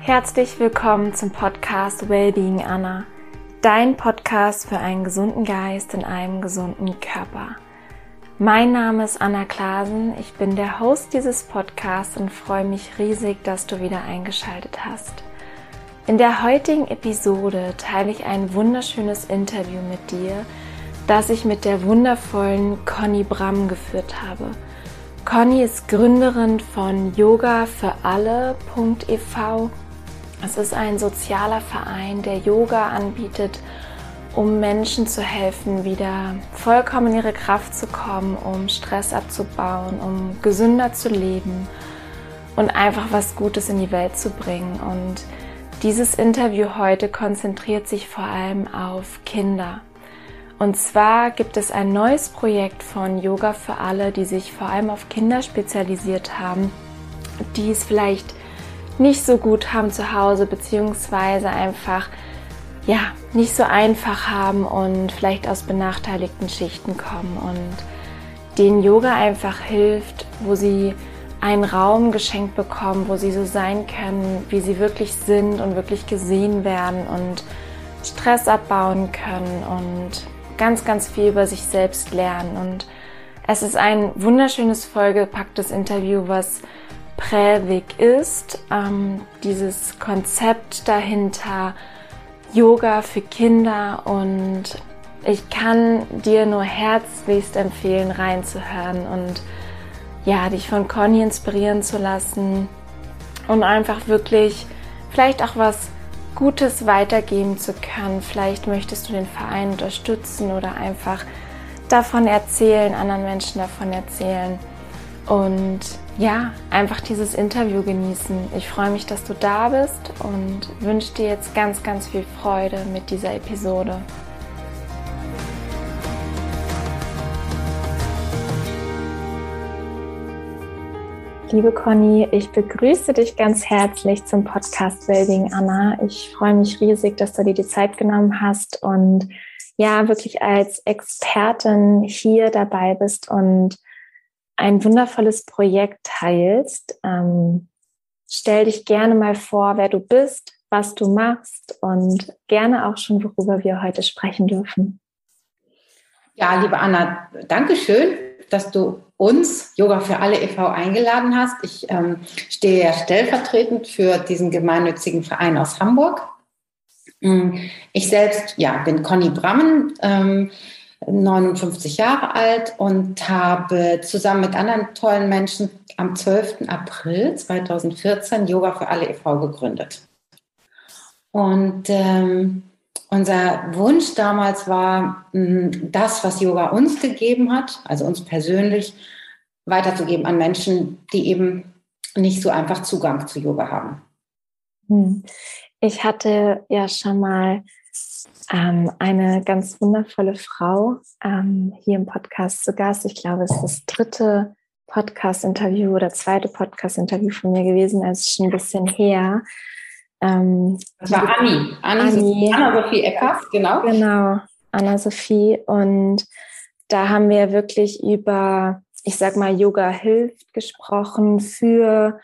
Herzlich willkommen zum Podcast Wellbeing Anna, dein Podcast für einen gesunden Geist in einem gesunden Körper. Mein Name ist Anna Klasen, ich bin der Host dieses Podcasts und freue mich riesig, dass du wieder eingeschaltet hast. In der heutigen Episode teile ich ein wunderschönes Interview mit dir, das ich mit der wundervollen Conny Bramm geführt habe. Conny ist Gründerin von yogafüralle.ev. Es ist ein sozialer Verein, der Yoga anbietet, um Menschen zu helfen, wieder vollkommen in ihre Kraft zu kommen, um Stress abzubauen, um gesünder zu leben und einfach was Gutes in die Welt zu bringen. Und dieses Interview heute konzentriert sich vor allem auf Kinder. Und zwar gibt es ein neues Projekt von Yoga für alle, die sich vor allem auf Kinder spezialisiert haben, die es vielleicht nicht so gut haben zu Hause, beziehungsweise einfach nicht so einfach haben und vielleicht aus benachteiligten Schichten kommen und denen Yoga einfach hilft, wo sie einen Raum geschenkt bekommen, wo sie so sein können, wie sie wirklich sind und wirklich gesehen werden und Stress abbauen können und ganz, ganz viel über sich selbst lernen. Und es ist ein wunderschönes, vollgepacktes Interview, was Prävik ist, dieses Konzept dahinter, Yoga für Kinder, und ich kann dir nur herzlichst empfehlen, reinzuhören und dich von Conny inspirieren zu lassen und einfach wirklich vielleicht auch was Gutes weitergeben zu können. Vielleicht möchtest du den Verein unterstützen oder einfach davon erzählen, anderen Menschen davon erzählen und einfach dieses Interview genießen. Ich freue mich, dass du da bist und wünsche dir jetzt ganz, ganz viel Freude mit dieser Episode. Liebe Conny, ich begrüße dich ganz herzlich zum Podcast Wellbeing Anna. Ich freue mich riesig, dass du dir die Zeit genommen hast und wirklich als Expertin hier dabei bist und ein wundervolles Projekt teilst. Stell dich gerne mal vor, wer du bist, was du machst und gerne auch schon, worüber wir heute sprechen dürfen. Ja, liebe Anna, danke schön, dass du uns Yoga für alle e.V. eingeladen hast. Ich stehe ja stellvertretend für diesen gemeinnützigen Verein aus Hamburg. Ich selbst bin Conny Bramm, 59 Jahre alt und habe zusammen mit anderen tollen Menschen am 12. April 2014 Yoga für alle e.V. gegründet. Und unser Wunsch damals war, das, was Yoga uns gegeben hat, also uns persönlich, weiterzugeben an Menschen, die eben nicht so einfach Zugang zu Yoga haben. Ich hatte ja schon mal eine ganz wundervolle Frau hier im Podcast zu Gast. Ich glaube, es ist das 3. Podcast-Interview oder 2. Podcast-Interview von mir gewesen. Also es ist schon ein bisschen her. Das war Anna-Sophie Eckhardt, genau. Genau, Anna-Sophie. Und da haben wir wirklich über, Yoga hilft gesprochen für,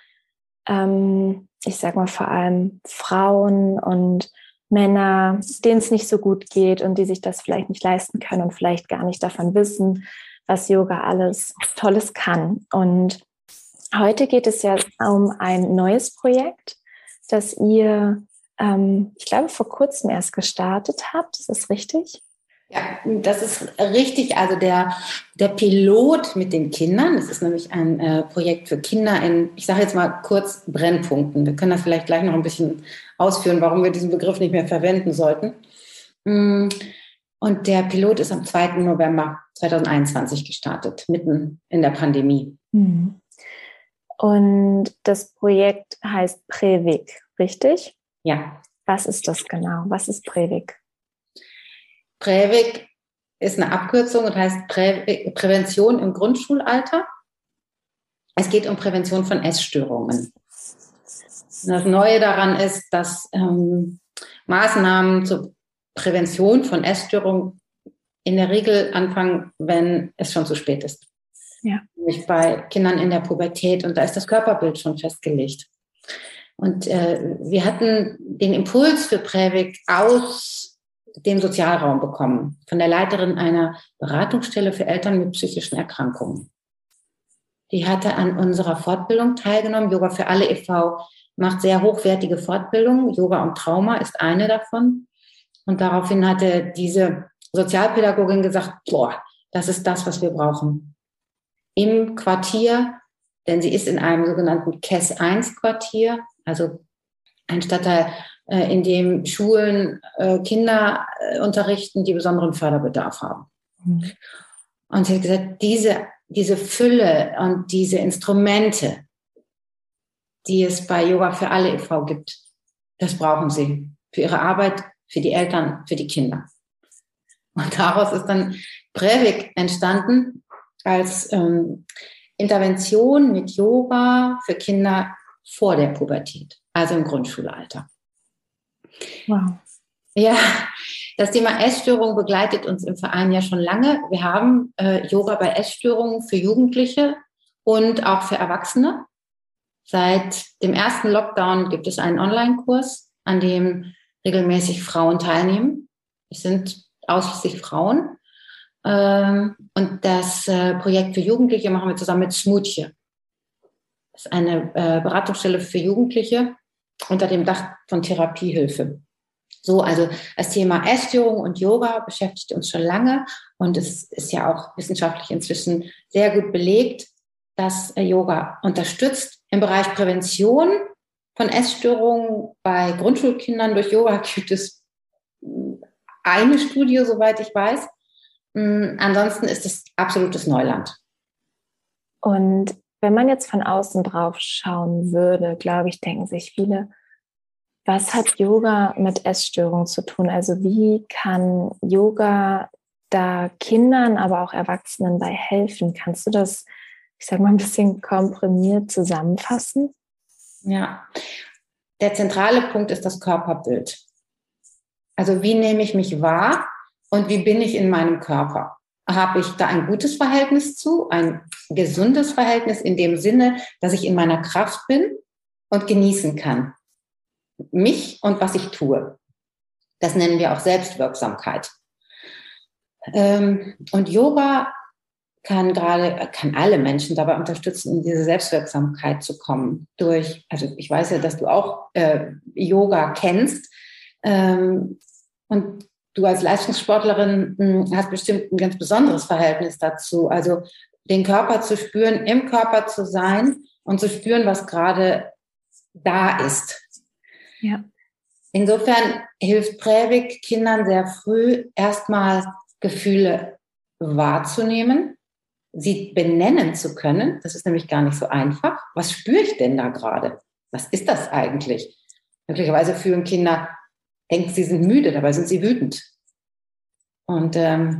vor allem Frauen und Männer, denen es nicht so gut geht und die sich das vielleicht nicht leisten können und vielleicht gar nicht davon wissen, was Yoga alles Tolles kann. Und heute geht es ja um ein neues Projekt, das ihr, ich glaube, vor kurzem erst gestartet habt. Ist das richtig? Ja, das ist richtig. Also der Pilot mit den Kindern, das ist nämlich ein Projekt für Kinder in, ich sage jetzt mal kurz, Brennpunkten. Wir können das vielleicht gleich noch ein bisschen ausführen, warum wir diesen Begriff nicht mehr verwenden sollten. Und der Pilot ist am 2. November 2021 gestartet, mitten in der Pandemie. Und das Projekt heißt Prävik, richtig? Ja. Was ist das genau? Was ist Prävik? Prävik ist eine Abkürzung und heißt Prävention im Grundschulalter. Es geht um Prävention von Essstörungen. Das Neue daran ist, dass Maßnahmen zur Prävention von Essstörungen in der Regel anfangen, wenn es schon zu spät ist. Ja. Nämlich bei Kindern in der Pubertät, und da ist das Körperbild schon festgelegt. Und wir hatten den Impuls für Prävik aus dem Sozialraum bekommen, von der Leiterin einer Beratungsstelle für Eltern mit psychischen Erkrankungen. Die hatte an unserer Fortbildung teilgenommen. Yoga für alle e.V. macht sehr hochwertige Fortbildungen. Yoga und Trauma ist eine davon. Und daraufhin hatte diese Sozialpädagogin gesagt, boah, das ist das, was wir brauchen. Im Quartier, denn sie ist in einem sogenannten KES-1-Quartier, also ein Stadtteil, in dem Schulen Kinder unterrichten, die besonderen Förderbedarf haben. Mhm. Und sie hat gesagt, diese Fülle und diese Instrumente, die es bei Yoga für alle e.V. gibt, das brauchen sie für ihre Arbeit, für die Eltern, für die Kinder. Und daraus ist dann Prävik entstanden als Intervention mit Yoga für Kinder vor der Pubertät, also im Grundschulalter. Wow. Ja, das Thema Essstörung begleitet uns im Verein ja schon lange. Wir haben Yoga bei Essstörungen für Jugendliche und auch für Erwachsene. Seit dem ersten Lockdown gibt es einen Online-Kurs, an dem regelmäßig Frauen teilnehmen. Es sind ausschließlich Frauen. Und das Projekt für Jugendliche machen wir zusammen mit Smoothie. Das ist eine Beratungsstelle für Jugendliche unter dem Dach von Therapiehilfe. So, also das Thema Essstörung und Yoga beschäftigt uns schon lange und es ist ja auch wissenschaftlich inzwischen sehr gut belegt, dass Yoga unterstützt. Im Bereich Prävention von Essstörungen bei Grundschulkindern durch Yoga gibt es eine Studie, soweit ich weiß. Ansonsten ist es absolutes Neuland. Und wenn man jetzt von außen drauf schauen würde, glaube ich, denken sich viele, was hat Yoga mit Essstörungen zu tun? Also wie kann Yoga da Kindern, aber auch Erwachsenen bei helfen? Kannst du das, ich sage mal, ein bisschen komprimiert zusammenfassen? Ja, der zentrale Punkt ist das Körperbild. Also wie nehme ich mich wahr und wie bin ich in meinem Körper? Habe ich da ein gutes Verhältnis zu, ein gesundes Verhältnis in dem Sinne, dass ich in meiner Kraft bin und genießen kann? Mich und was ich tue. Das nennen wir auch Selbstwirksamkeit. Und Yoga kann alle Menschen dabei unterstützen, in diese Selbstwirksamkeit zu kommen. Also ich weiß ja, dass du auch Yoga kennst. Und du als Leistungssportlerin hast bestimmt ein ganz besonderes Verhältnis dazu. Also den Körper zu spüren, im Körper zu sein und zu spüren, was gerade da ist. Ja. Insofern hilft Prävik Kindern sehr früh erstmal Gefühle wahrzunehmen, sie benennen zu können. Das ist nämlich gar nicht so einfach. Was spüre ich denn da gerade? Was ist das eigentlich? Möglicherweise fühlen Kinder, denken, sie sind müde, dabei sind sie wütend. Und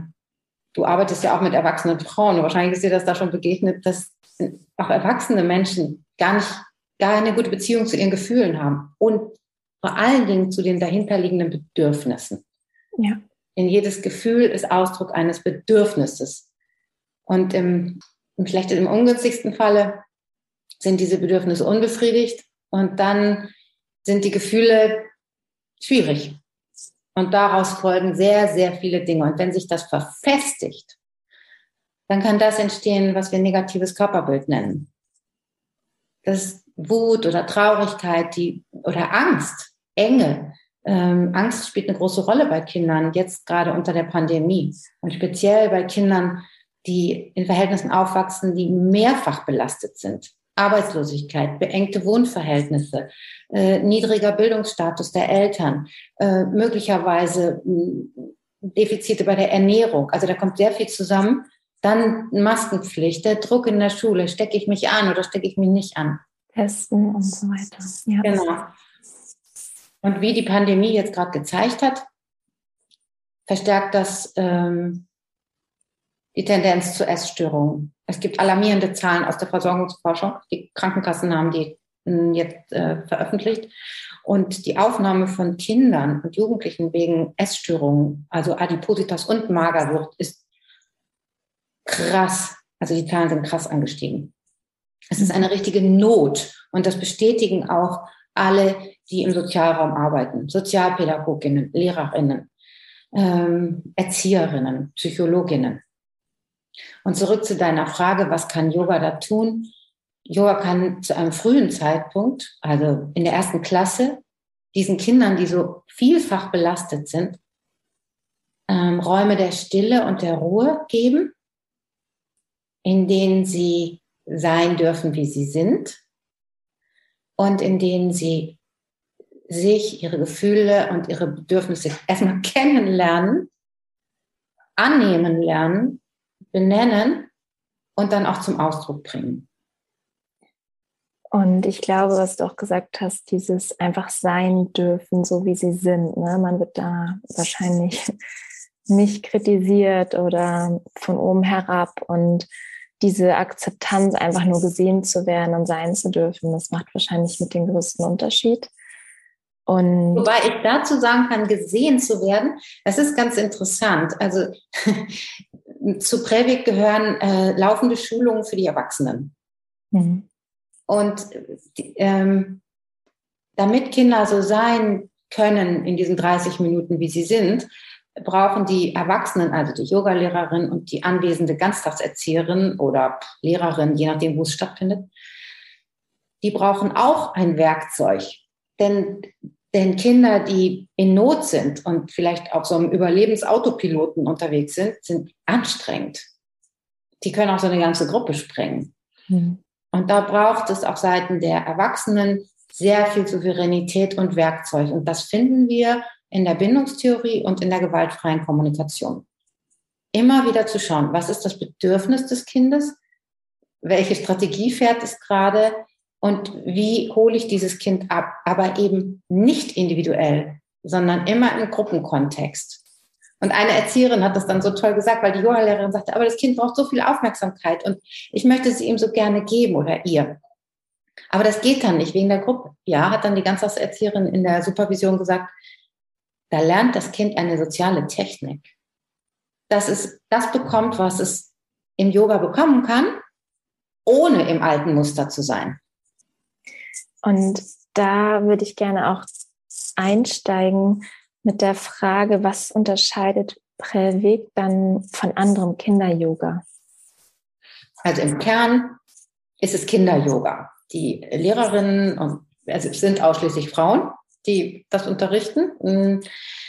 du arbeitest ja auch mit erwachsenen Frauen. Und wahrscheinlich ist dir das da schon begegnet, dass auch erwachsene Menschen gar eine gute Beziehung zu ihren Gefühlen haben. Und vor allen Dingen zu den dahinterliegenden Bedürfnissen. Ja. Denn jedes Gefühl ist Ausdruck eines Bedürfnisses. Und im ungünstigsten Falle sind diese Bedürfnisse unbefriedigt und dann sind die Gefühle schwierig. Und daraus folgen sehr, sehr viele Dinge. Und wenn sich das verfestigt, dann kann das entstehen, was wir negatives Körperbild nennen. Das ist Wut oder Traurigkeit oder Angst, Enge. Angst spielt eine große Rolle bei Kindern, jetzt gerade unter der Pandemie. Und speziell bei Kindern, die in Verhältnissen aufwachsen, die mehrfach belastet sind. Arbeitslosigkeit, beengte Wohnverhältnisse, niedriger Bildungsstatus der Eltern, möglicherweise Defizite bei der Ernährung. Also da kommt sehr viel zusammen. Dann Maskenpflicht, der Druck in der Schule, stecke ich mich an oder stecke ich mich nicht an? Testen und so weiter. Ja. Genau. Und wie die Pandemie jetzt gerade gezeigt hat, verstärkt das die Tendenz zu Essstörungen. Es gibt alarmierende Zahlen aus der Versorgungsforschung. Die Krankenkassen haben die jetzt veröffentlicht. Und die Aufnahme von Kindern und Jugendlichen wegen Essstörungen, also Adipositas und Magersucht, ist krass. Also die Zahlen sind krass angestiegen. Es ist eine richtige Not. Und das bestätigen auch alle, die im Sozialraum arbeiten, Sozialpädagoginnen, Lehrerinnen, Erzieherinnen, Psychologinnen. Und zurück zu deiner Frage, was kann Yoga da tun? Yoga kann zu einem frühen Zeitpunkt, also in der 1. Klasse, diesen Kindern, die so vielfach belastet sind, Räume der Stille und der Ruhe geben, in denen sie sein dürfen, wie sie sind und in denen sie sich, ihre Gefühle und ihre Bedürfnisse erstmal kennenlernen, annehmen lernen, benennen und dann auch zum Ausdruck bringen. Und ich glaube, was du auch gesagt hast, dieses einfach sein dürfen, so wie sie sind. Ne? Man wird da wahrscheinlich nicht kritisiert oder von oben herab. Und diese Akzeptanz, einfach nur gesehen zu werden und sein zu dürfen, das macht wahrscheinlich mit dem größten Unterschied. Und wobei ich dazu sagen kann, gesehen zu werden, das ist ganz interessant. Also zu Prävik gehören laufende Schulungen für die Erwachsenen. Mhm. Und damit Kinder so sein können in diesen 30 Minuten, wie sie sind, brauchen die Erwachsenen, also die Yogalehrerin und die anwesende Ganztagserzieherin oder Lehrerin, je nachdem, wo es stattfindet, die brauchen auch ein Werkzeug. Denn Kinder, die in Not sind und vielleicht auf so einem Überlebenspilotpiloten unterwegs sind anstrengend. Die können auch so eine ganze Gruppe sprengen. Mhm. Und da braucht es auf Seiten der Erwachsenen sehr viel Souveränität und Werkzeug. Und das finden wir in der Bindungstheorie und in der gewaltfreien Kommunikation. Immer wieder zu schauen, was ist das Bedürfnis des Kindes? Welche Strategie fährt es gerade? Und wie hole ich dieses Kind ab? Aber eben nicht individuell, sondern immer im Gruppenkontext. Und eine Erzieherin hat das dann so toll gesagt, weil die Yoga-Lehrerin sagte, aber das Kind braucht so viel Aufmerksamkeit und ich möchte sie ihm so gerne geben oder ihr. Aber das geht dann nicht wegen der Gruppe. Ja, hat dann die Ganztagserzieherin in der Supervision gesagt, da lernt das Kind eine soziale Technik. Dass es das bekommt, was es im Yoga bekommen kann, ohne im alten Muster zu sein. Und da würde ich gerne auch einsteigen mit der Frage, was unterscheidet Prävik dann von anderem Kinder-Yoga? Also im Kern ist es Kinder-Yoga. Die Lehrerinnen, also es sind ausschließlich Frauen, die das unterrichten.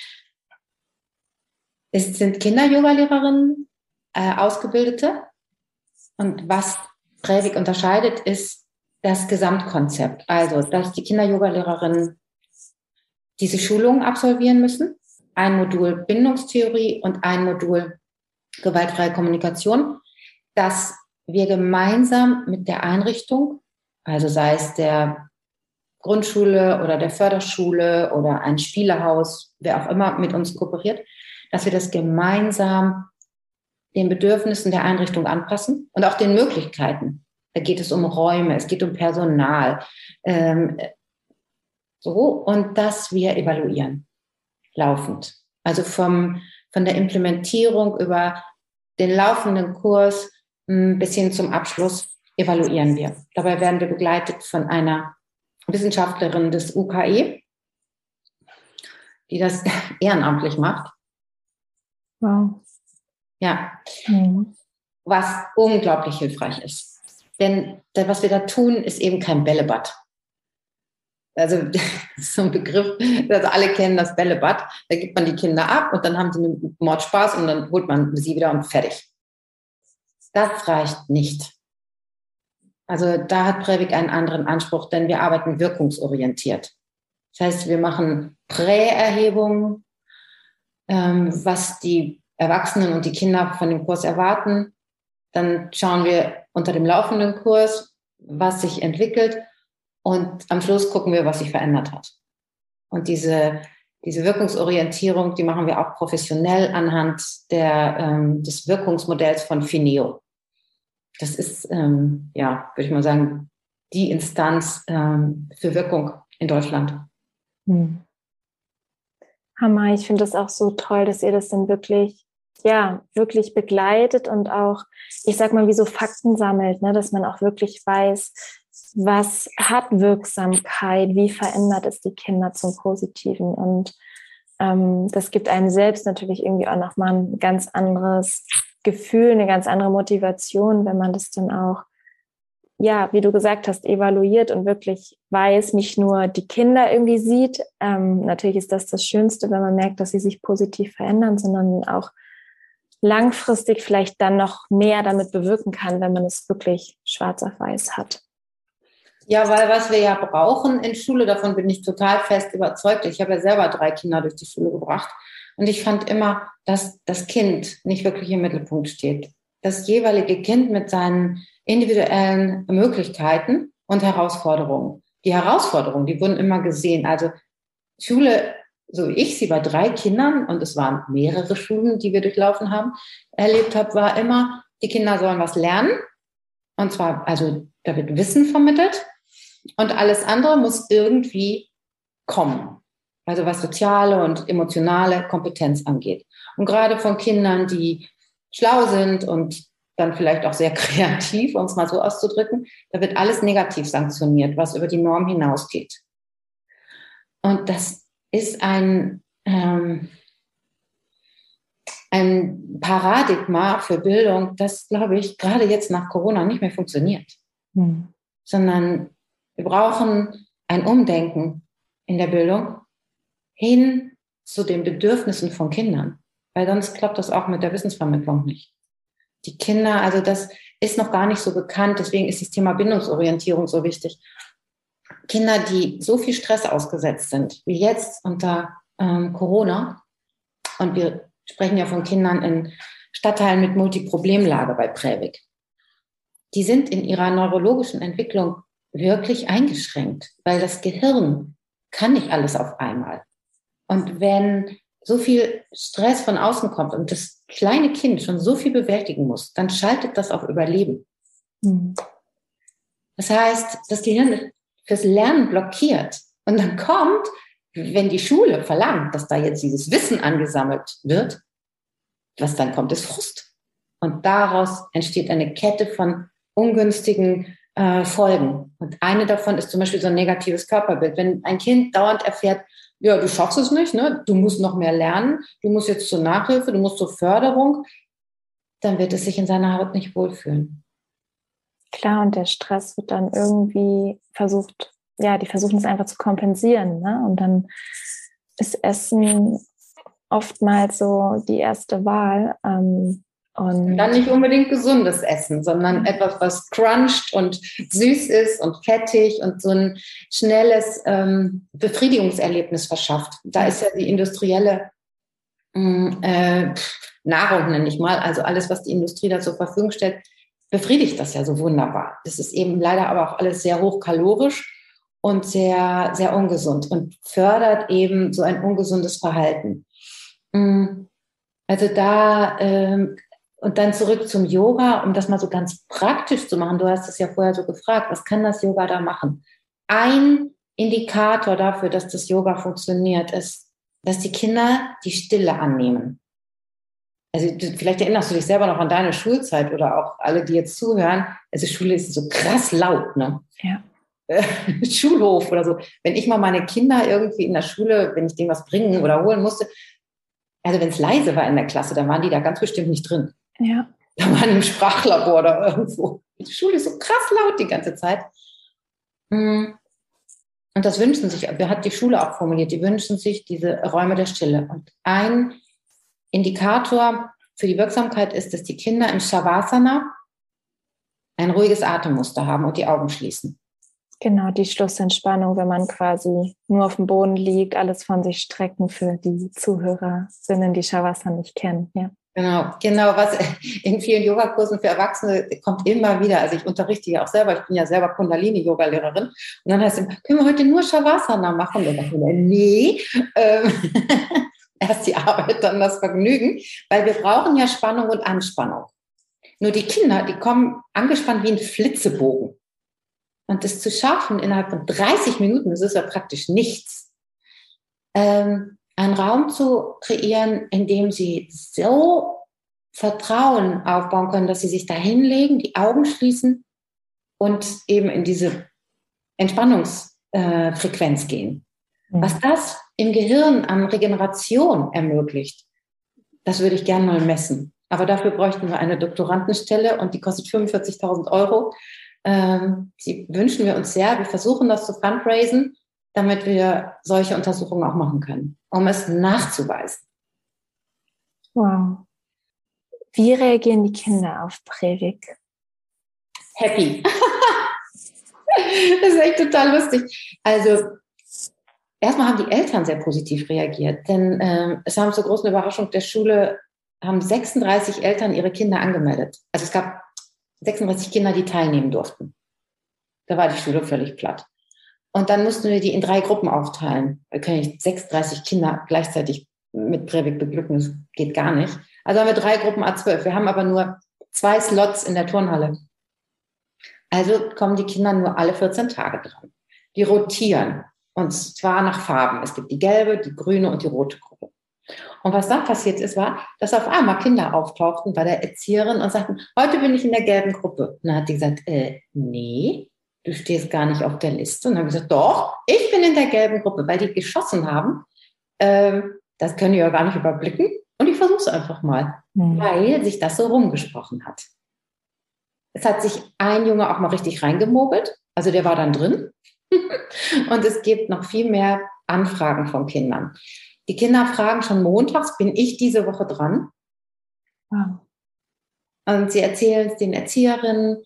Es sind Kinder-Yoga-Lehrerinnen, Ausgebildete. Und was Prävik unterscheidet, ist das Gesamtkonzept. Also, dass die Kinder-Yoga-Lehrerinnen diese Schulungen absolvieren müssen. Ein Modul Bindungstheorie und ein Modul gewaltfreie Kommunikation, dass wir gemeinsam mit der Einrichtung, also sei es der Grundschule oder der Förderschule oder ein Spielehaus, wer auch immer mit uns kooperiert, dass wir das gemeinsam den Bedürfnissen der Einrichtung anpassen und auch den Möglichkeiten. Da geht es um Räume, es geht um Personal, und dass wir evaluieren, laufend. Also von der Implementierung über den laufenden Kurs bis hin zum Abschluss evaluieren wir. Dabei werden wir begleitet von einer Wissenschaftlerin des UKE, die das ehrenamtlich macht. Wow. Ja, was unglaublich hilfreich ist. Denn was wir da tun, ist eben kein Bällebad. Also das ist so ein Begriff, also alle kennen das Bällebad. Da gibt man die Kinder ab und dann haben sie einen Mordspaß und dann holt man sie wieder und fertig. Das reicht nicht. Also da hat Prävik einen anderen Anspruch, denn wir arbeiten wirkungsorientiert. Das heißt, wir machen Präerhebungen, was die Erwachsenen und die Kinder von dem Kurs erwarten. Dann schauen wir unter dem laufenden Kurs, was sich entwickelt. Und am Schluss gucken wir, was sich verändert hat. Und diese Wirkungsorientierung, die machen wir auch professionell anhand des Wirkungsmodells von Fineo. Das ist, würde ich mal sagen, die Instanz für Wirkung in Deutschland. Hammer, ich finde das auch so toll, dass ihr das dann wirklich begleitet und auch, ich sag mal, wie so Fakten sammelt, ne? Dass man auch wirklich weiß, was hat Wirksamkeit, wie verändert es die Kinder zum Positiven? Und das gibt einem selbst natürlich irgendwie auch nochmal ein ganz anderes Gefühl, eine ganz andere Motivation, wenn man das dann auch, ja, wie du gesagt hast, evaluiert und wirklich weiß, nicht nur die Kinder irgendwie sieht. Natürlich ist das Schönste, wenn man merkt, dass sie sich positiv verändern, sondern auch langfristig vielleicht dann noch mehr damit bewirken kann, wenn man es wirklich schwarz auf weiß hat. Ja, weil was wir ja brauchen in Schule, davon bin ich total fest überzeugt. Ich habe ja selber 3 Kinder durch die Schule gebracht und ich fand immer, dass das Kind nicht wirklich im Mittelpunkt steht. Das jeweilige Kind mit seinen individuellen Möglichkeiten und Herausforderungen. Die Herausforderungen, die wurden immer gesehen. Also Schule, so wie ich sie bei 3 Kindern, und es waren mehrere Schulen, die wir durchlaufen haben, erlebt habe, war immer, die Kinder sollen was lernen. Und zwar, also da wird Wissen vermittelt. Und alles andere muss irgendwie kommen. Also was soziale und emotionale Kompetenz angeht. Und gerade von Kindern, die schlau sind und dann vielleicht auch sehr kreativ, um es mal so auszudrücken, da wird alles negativ sanktioniert, was über die Norm hinausgeht. Und das ist ein Paradigma für Bildung, das, glaube ich, gerade jetzt nach Corona nicht mehr funktioniert. Sondern wir brauchen ein Umdenken in der Bildung hin zu den Bedürfnissen von Kindern. Weil sonst klappt das auch mit der Wissensvermittlung nicht. Die Kinder, also das ist noch gar nicht so bekannt, deswegen ist das Thema Bindungsorientierung so wichtig. Kinder, die so viel Stress ausgesetzt sind, wie jetzt unter Corona, und wir sprechen ja von Kindern in Stadtteilen mit Multiproblemlage bei Prävik, die sind in ihrer neurologischen Entwicklung wirklich eingeschränkt, weil das Gehirn kann nicht alles auf einmal. Und wenn so viel Stress von außen kommt und das kleine Kind schon so viel bewältigen muss, dann schaltet das auf Überleben. Das heißt, das Gehirn fürs Lernen blockiert. Und dann kommt, wenn die Schule verlangt, dass da jetzt dieses Wissen angesammelt wird, was dann kommt, ist Frust. Und daraus entsteht eine Kette von ungünstigen Folgen. Und eine davon ist zum Beispiel so ein negatives Körperbild. Wenn ein Kind dauernd erfährt, ja, du schaffst es nicht, ne? Du musst noch mehr lernen, du musst jetzt zur Nachhilfe, du musst zur Förderung, dann wird es sich in seiner Haut nicht wohlfühlen. Klar, und der Stress wird dann irgendwie versucht, ja, die versuchen es einfach zu kompensieren, ne? Und dann ist Essen oftmals so die erste Wahl. Und dann nicht unbedingt gesundes Essen, sondern etwas, was cruncht und süß ist und fettig und so ein schnelles Befriedigungserlebnis verschafft. Da ist ja die industrielle Nahrung, nenne ich mal, also alles, was die Industrie da zur Verfügung stellt, befriedigt das ja so wunderbar. Das ist eben leider aber auch alles sehr hochkalorisch und sehr, sehr ungesund und fördert eben so ein ungesundes Verhalten. Also da und dann zurück zum Yoga, um das mal so ganz praktisch zu machen. Du hast es ja vorher so gefragt, was kann das Yoga da machen? Ein Indikator dafür, dass das Yoga funktioniert, ist, dass die Kinder die Stille annehmen. Also vielleicht erinnerst du dich selber noch an deine Schulzeit oder auch alle, die jetzt zuhören. Also Schule ist so krass laut, ne? Ja. Schulhof oder so. Wenn ich mal meine Kinder irgendwie in der Schule, wenn ich denen was bringen oder holen musste, also wenn es leise war in der Klasse, dann waren die da ganz bestimmt nicht drin. Ja. Da waren im Sprachlabor oder irgendwo. Die Schule ist so krass laut die ganze Zeit. Und das wünschen sich, hat die Schule auch formuliert, die wünschen sich diese Räume der Stille. Und ein Indikator für die Wirksamkeit ist, dass die Kinder im Shavasana ein ruhiges Atemmuster haben und die Augen schließen. Genau, die Schlussentspannung, wenn man quasi nur auf dem Boden liegt, alles von sich strecken für die Zuhörerinnen, die Shavasana nicht kennen. Ja. Genau, was in vielen Yogakursen für Erwachsene kommt immer wieder. Also ich unterrichte ja auch selber, ich bin ja selber Kundalini-Yoga-Lehrerin. Und dann heißt es, können wir heute nur Shavasana machen? Und dann dachte ich, nee, erst die Arbeit, dann das Vergnügen, weil wir brauchen ja Spannung und Anspannung. Nur die Kinder, die kommen angespannt wie ein Flitzebogen. Und das zu schaffen innerhalb von 30 Minuten, das ist ja praktisch nichts, einen Raum zu kreieren, in dem sie so Vertrauen aufbauen können, dass sie sich da hinlegen, die Augen schließen und eben in diese Entspannungsfrequenz gehen. Was das im Gehirn an Regeneration ermöglicht, das würde ich gerne mal messen. Aber dafür bräuchten wir eine Doktorandenstelle und die kostet 45.000 Euro. Die wünschen wir uns sehr. Wir versuchen das zu fundraisen, damit wir solche Untersuchungen auch machen können, um es nachzuweisen. Wow. Wie reagieren die Kinder auf Breivik? Happy. Das ist echt total lustig. Also erstmal haben die Eltern sehr positiv reagiert, denn es haben zur großen Überraschung der Schule, haben 36 Eltern ihre Kinder angemeldet. Also es gab 36 Kinder, die teilnehmen durften. Da war die Schule völlig platt. Und dann mussten wir die in 3 Gruppen aufteilen. Wir können nicht 36 Kinder gleichzeitig mit Breivik beglücken, das geht gar nicht. Also haben wir 3 Gruppen à12. Wir haben aber nur 2 Slots in der Turnhalle. Also kommen die Kinder nur alle 14 Tage dran. Die rotieren. Und zwar nach Farben. Es gibt die gelbe, die grüne und die rote Gruppe. Und was dann passiert ist, war, dass auf einmal Kinder auftauchten bei der Erzieherin und sagten, heute bin ich in der gelben Gruppe. Und dann hat die gesagt, nee, du stehst gar nicht auf der Liste. Und dann habe ich gesagt, doch, ich bin in der gelben Gruppe, weil die geschossen haben. Das können die ja gar nicht überblicken. Und ich versuche es einfach mal, weil sich das so rumgesprochen hat. Es hat sich ein Junge auch mal richtig reingemogelt. Also der war dann drin. Und es gibt noch viel mehr Anfragen von Kindern. Die Kinder fragen schon montags, bin ich diese Woche dran? Wow. Und sie erzählen es den Erzieherinnen.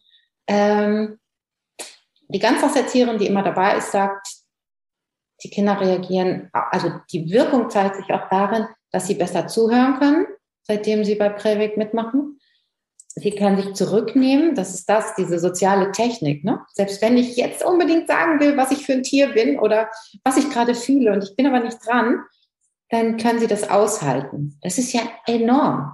Die Ganztagserzieherin, die immer dabei ist, sagt, die Kinder reagieren, also die Wirkung zeigt sich auch darin, dass sie besser zuhören können, seitdem sie bei Breivik mitmachen. Sie können sich zurücknehmen, das ist das, diese soziale Technik. Ne? Selbst wenn ich jetzt unbedingt sagen will, was ich für ein Tier bin oder was ich gerade fühle und ich bin aber nicht dran, dann können sie das aushalten. Das ist ja enorm.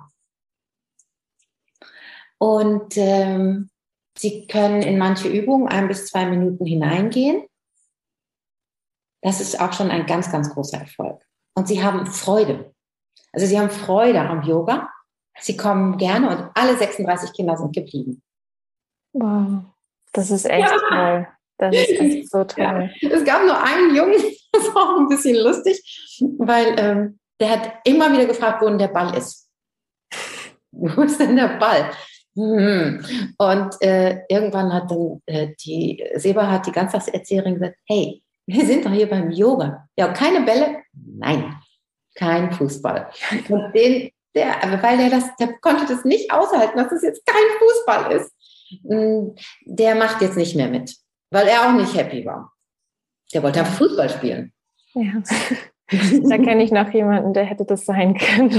Und sie können in manche Übungen 1 bis 2 Minuten hineingehen. Das ist auch schon ein ganz, ganz großer Erfolg. Und sie haben Freude. Also sie haben Freude am Yoga. Sie kommen gerne und alle 36 Kinder sind geblieben. Wow, das ist echt toll. Das ist echt so toll. Ja. Es gab nur einen Jungen, das war auch ein bisschen lustig, weil der hat immer wieder gefragt, wo denn der Ball ist. Wo ist denn der Ball? Und irgendwann hat dann die Seba, die Ganztagserzieherin, gesagt, hey, wir sind doch hier beim Yoga. Ja, keine Bälle? Nein, kein Fußball. Und der konnte das nicht aushalten, dass das jetzt kein Fußball ist. Der macht jetzt nicht mehr mit, weil er auch nicht happy war. Der wollte einfach Fußball spielen. Ja, da kenne ich noch jemanden, der hätte das sein können.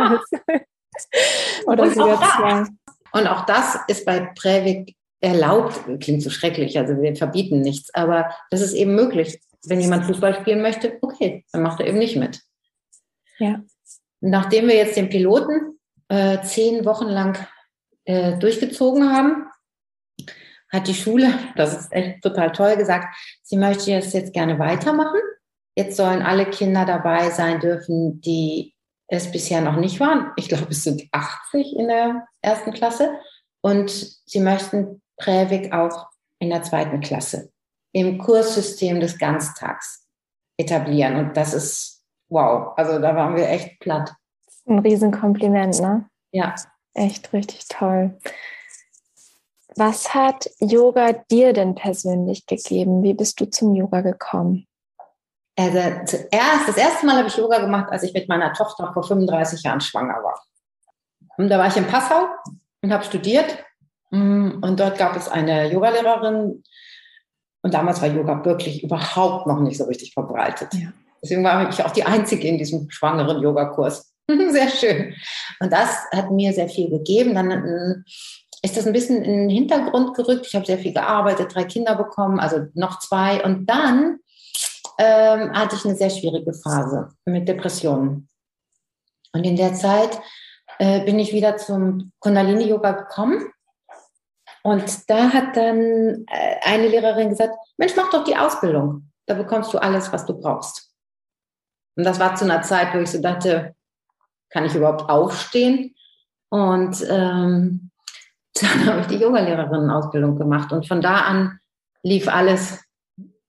Oder sogar 2. Und auch das ist bei Breivik erlaubt. Klingt so schrecklich, also wir verbieten nichts, aber das ist eben möglich. Wenn jemand Fußball spielen möchte, okay, dann macht er eben nicht mit. Ja. Nachdem wir jetzt den Piloten 10 Wochen lang durchgezogen haben, hat die Schule, das ist echt total toll, gesagt, sie möchte das jetzt gerne weitermachen. Jetzt sollen alle Kinder dabei sein dürfen, die es bisher noch nicht waren. Ich glaube, es sind 80 in der 1. Klasse. Und sie möchten Breivik auch in der 2. Klasse im Kurssystem des Ganztags etablieren. Und das ist wow. Also da waren wir echt platt. Ein Riesenkompliment, ne? Ja. Echt richtig toll. Was hat Yoga dir denn persönlich gegeben? Wie bist du zum Yoga gekommen? Also das erste Mal habe ich Yoga gemacht, als ich mit meiner Tochter vor 35 Jahren schwanger war. Und da war ich in Passau und habe studiert. Und dort gab es eine Yogalehrerin. Und damals war Yoga wirklich überhaupt noch nicht so richtig verbreitet. Ja. Deswegen war ich auch die Einzige in diesem schwangeren Yogakurs. Sehr schön. Und das hat mir sehr viel gegeben. Dann ist das ein bisschen in den Hintergrund gerückt. Ich habe sehr viel gearbeitet, 3 Kinder bekommen, also noch 2. Und dann hatte ich eine sehr schwierige Phase mit Depressionen. Und in der Zeit bin ich wieder zum Kundalini-Yoga gekommen. Und da hat dann eine Lehrerin gesagt, Mensch, mach doch die Ausbildung. Da bekommst du alles, was du brauchst. Und das war zu einer Zeit, wo ich so dachte, kann ich überhaupt aufstehen? Und dann habe ich die Yogalehrerin-Ausbildung gemacht. Und von da an lief alles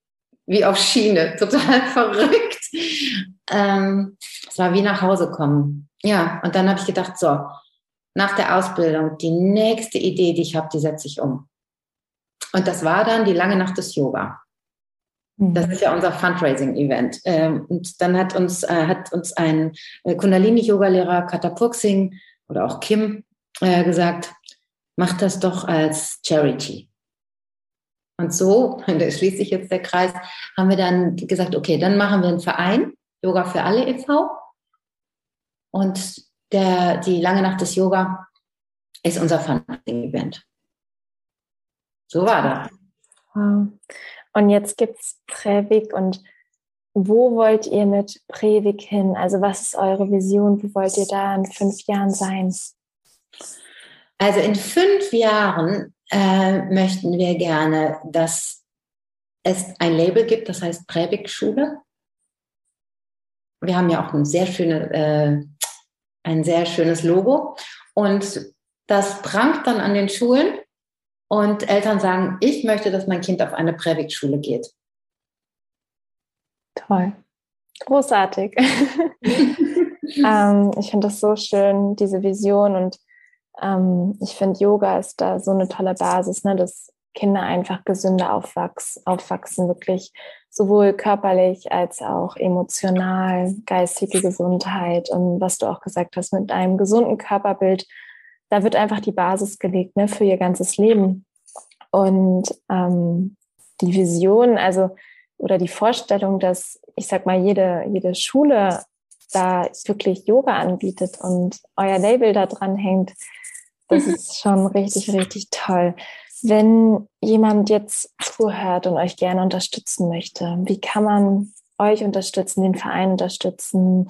wie auf Schiene, total verrückt. Es war wie nach Hause kommen. Ja, und dann habe ich gedacht, so, nach der Ausbildung, die nächste Idee, die ich habe, die setze ich um. Und das war dann die lange Nacht des Yoga. Das ist ja unser Fundraising-Event. Und dann hat uns ein Kundalini-Yoga-Lehrer, Katapur Singh oder auch Kim, gesagt, mach das doch als Charity. Und so, da schließt sich jetzt der Kreis, haben wir dann gesagt, okay, dann machen wir einen Verein, Yoga für alle e.V. Und die lange Nacht des Yoga ist unser Fundraising-Event. So war das. Wow. Und jetzt gibt es Prävik, und wo wollt ihr mit Prävik hin? Also was ist eure Vision? Wo wollt ihr da in 5 Jahren sein? Also in 5 Jahren möchten wir gerne, dass es ein Label gibt, das heißt Prävik-Schule. Wir haben ja auch ein sehr schönes Logo. Und das prangt dann an den Schulen. Und Eltern sagen, ich möchte, dass mein Kind auf eine Prävik-Schule geht. Toll. Großartig. Ich finde das so schön, diese Vision. Und ich finde, Yoga ist da so eine tolle Basis, ne, dass Kinder einfach gesünder aufwachsen, wirklich sowohl körperlich als auch emotional, geistige Gesundheit. Und was du auch gesagt hast, mit einem gesunden Körperbild, da wird einfach die Basis gelegt, ne, für ihr ganzes Leben. Und die Vision, also oder die Vorstellung, dass, ich sag mal, jede Schule da wirklich Yoga anbietet und euer Label da dran hängt, das ist schon richtig, richtig toll. Wenn jemand jetzt zuhört und euch gerne unterstützen möchte, wie kann man euch unterstützen, den Verein unterstützen,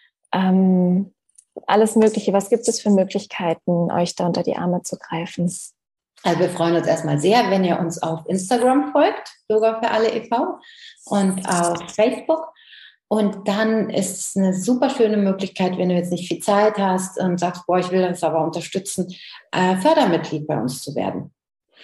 alles Mögliche? Was gibt es für Möglichkeiten, euch da unter die Arme zu greifen? Also wir freuen uns erstmal sehr, wenn ihr uns auf Instagram folgt, Yoga für alle e.V. und auf Facebook. Und dann ist es eine super schöne Möglichkeit, wenn du jetzt nicht viel Zeit hast und sagst, boah, ich will das aber unterstützen, Fördermitglied bei uns zu werden.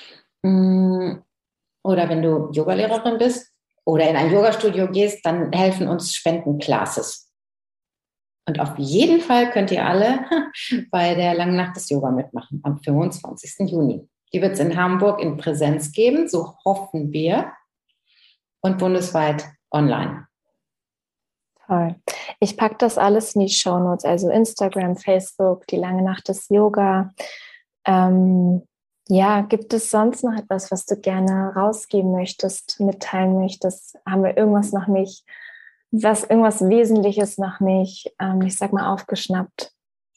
Oder wenn du Yogalehrerin bist oder in ein Yogastudio gehst, dann helfen uns Spendenclasses. Und auf jeden Fall könnt ihr alle bei der Langen Nacht des Yoga mitmachen, am 25. Juni. Die wird es in Hamburg in Präsenz geben, so hoffen wir, und bundesweit online. Toll. Ich packe das alles in die Shownotes, also Instagram, Facebook, die Lange Nacht des Yoga. Ja, gibt es sonst noch etwas, was du gerne rausgeben möchtest, mitteilen möchtest? Haben wir irgendwas noch nicht, irgendwas Wesentliches noch nicht, ich sag mal, aufgeschnappt?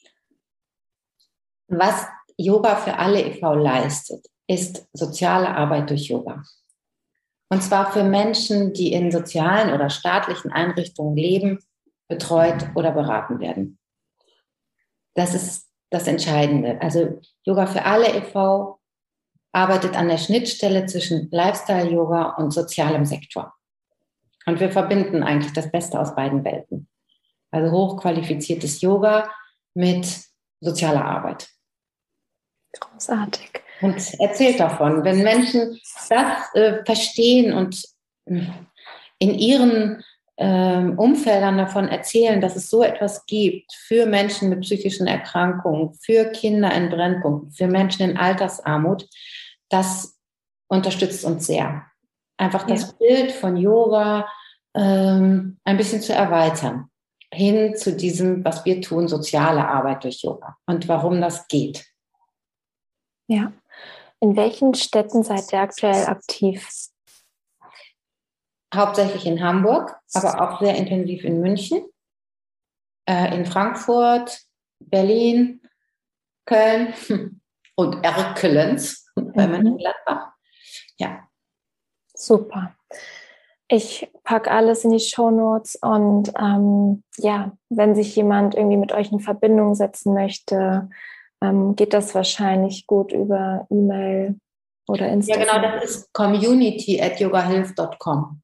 Was Yoga für alle e.V. leistet, ist soziale Arbeit durch Yoga. Und zwar für Menschen, die in sozialen oder staatlichen Einrichtungen leben, betreut oder beraten werden. Das ist das Entscheidende. Also Yoga für alle e.V. arbeitet an der Schnittstelle zwischen Lifestyle-Yoga und sozialem Sektor. Und wir verbinden eigentlich das Beste aus beiden Welten. Also hochqualifiziertes Yoga mit sozialer Arbeit. Großartig. Und erzählt davon. Wenn Menschen das verstehen und in ihren Umfeldern davon erzählen, dass es so etwas gibt für Menschen mit psychischen Erkrankungen, für Kinder in Brennpunkten, für Menschen in Altersarmut, das unterstützt uns sehr. Einfach das Bild von Yoga ein bisschen zu erweitern, hin zu diesem, was wir tun, soziale Arbeit durch Yoga und warum das geht. Ja. In welchen Städten seid ihr aktuell aktiv? Hauptsächlich in Hamburg, aber auch sehr intensiv in München, in Frankfurt, Berlin, Köln und Erkelenz bei Mönchengladbach. Ja. Super. Ich packe alles in die Shownotes und ja, wenn sich jemand irgendwie mit euch in Verbindung setzen möchte, geht das wahrscheinlich gut über E-Mail oder Instagram. Ja, genau, das ist community@yogahilf.com.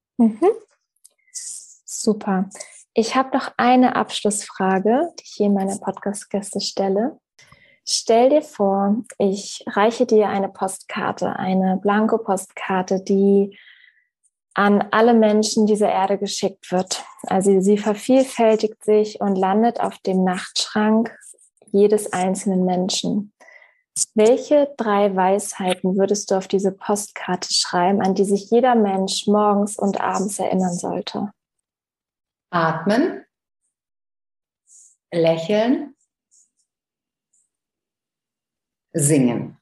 Super. Ich habe noch eine Abschlussfrage, die ich hier meiner Podcast-Gäste stelle. Stell dir vor, ich reiche dir eine Postkarte, eine Blanko-Postkarte, die an alle Menschen dieser Erde geschickt wird. Also sie vervielfältigt sich und landet auf dem Nachtschrank jedes einzelnen Menschen. Welche 3 Weisheiten würdest du auf diese Postkarte schreiben, an die sich jeder Mensch morgens und abends erinnern sollte? Atmen, lächeln, singen.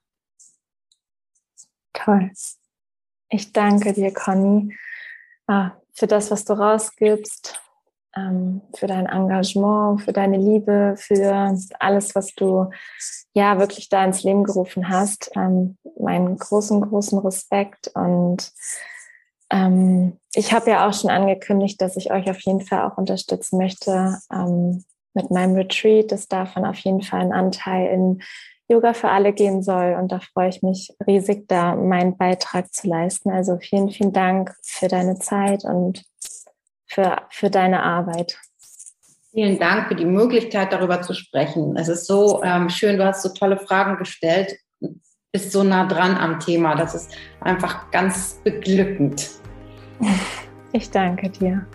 Toll. Ich danke dir, Conny, für das, was du rausgibst, für dein Engagement, für deine Liebe, für alles, was du ja wirklich da ins Leben gerufen hast. Meinen großen, großen Respekt. Und ich habe ja auch schon angekündigt, dass ich euch auf jeden Fall auch unterstützen möchte mit meinem Retreat, dass davon auf jeden Fall ein Anteil in Yoga für alle gehen soll. Und da freue ich mich riesig, da meinen Beitrag zu leisten. Also vielen, vielen Dank für deine Zeit und für deine Arbeit. Vielen Dank für die Möglichkeit, darüber zu sprechen. Es ist so schön, du hast so tolle Fragen gestellt, bist so nah dran am Thema. Das ist einfach ganz beglückend. Ich danke dir.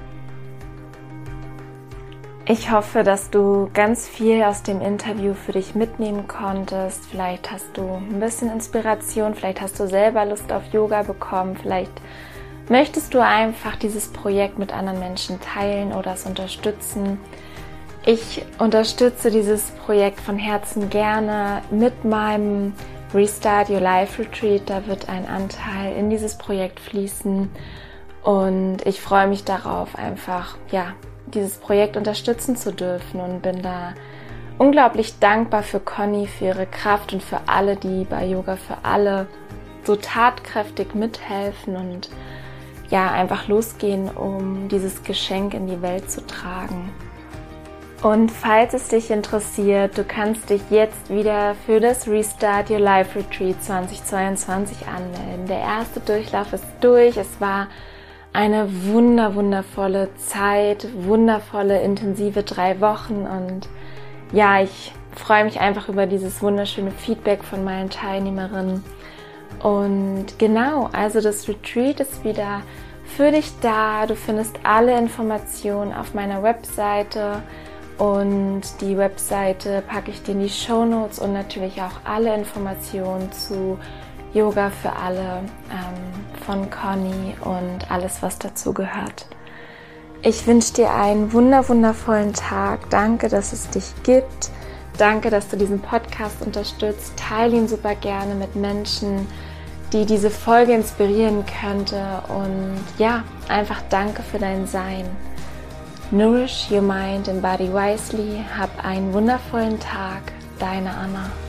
Ich hoffe, dass du ganz viel aus dem Interview für dich mitnehmen konntest. Vielleicht hast du ein bisschen Inspiration, vielleicht hast du selber Lust auf Yoga bekommen, vielleicht möchtest du einfach dieses Projekt mit anderen Menschen teilen oder es unterstützen. Ich unterstütze dieses Projekt von Herzen gerne mit meinem Restart Your Life Retreat. Da wird ein Anteil in dieses Projekt fließen und ich freue mich darauf, einfach dieses Projekt unterstützen zu dürfen und bin da unglaublich dankbar für Conny, für ihre Kraft und für alle, die bei Yoga für alle so tatkräftig mithelfen und einfach losgehen, um dieses Geschenk in die Welt zu tragen. Und falls es dich interessiert, du kannst dich jetzt wieder für das Restart Your Life Retreat 2022 anmelden. Der erste Durchlauf ist durch. Es war eine wundervolle Zeit, wundervolle, intensive 3 Wochen und ich freue mich einfach über dieses wunderschöne Feedback von meinen Teilnehmerinnen. Und genau, also das Retreat ist wieder für dich da. Du findest alle Informationen auf meiner Webseite und die Webseite packe ich dir in die Shownotes und natürlich auch alle Informationen zu Yoga für alle von Conny und alles, was dazu gehört. Ich wünsche dir einen wundervollen Tag. Danke, dass es dich gibt. Danke, dass du diesen Podcast unterstützt. Teile ihn super gerne mit Menschen, die diese Folge inspirieren könnte. Und einfach danke für dein Sein. Nourish your mind and body wisely. Hab einen wundervollen Tag. Deine Anna.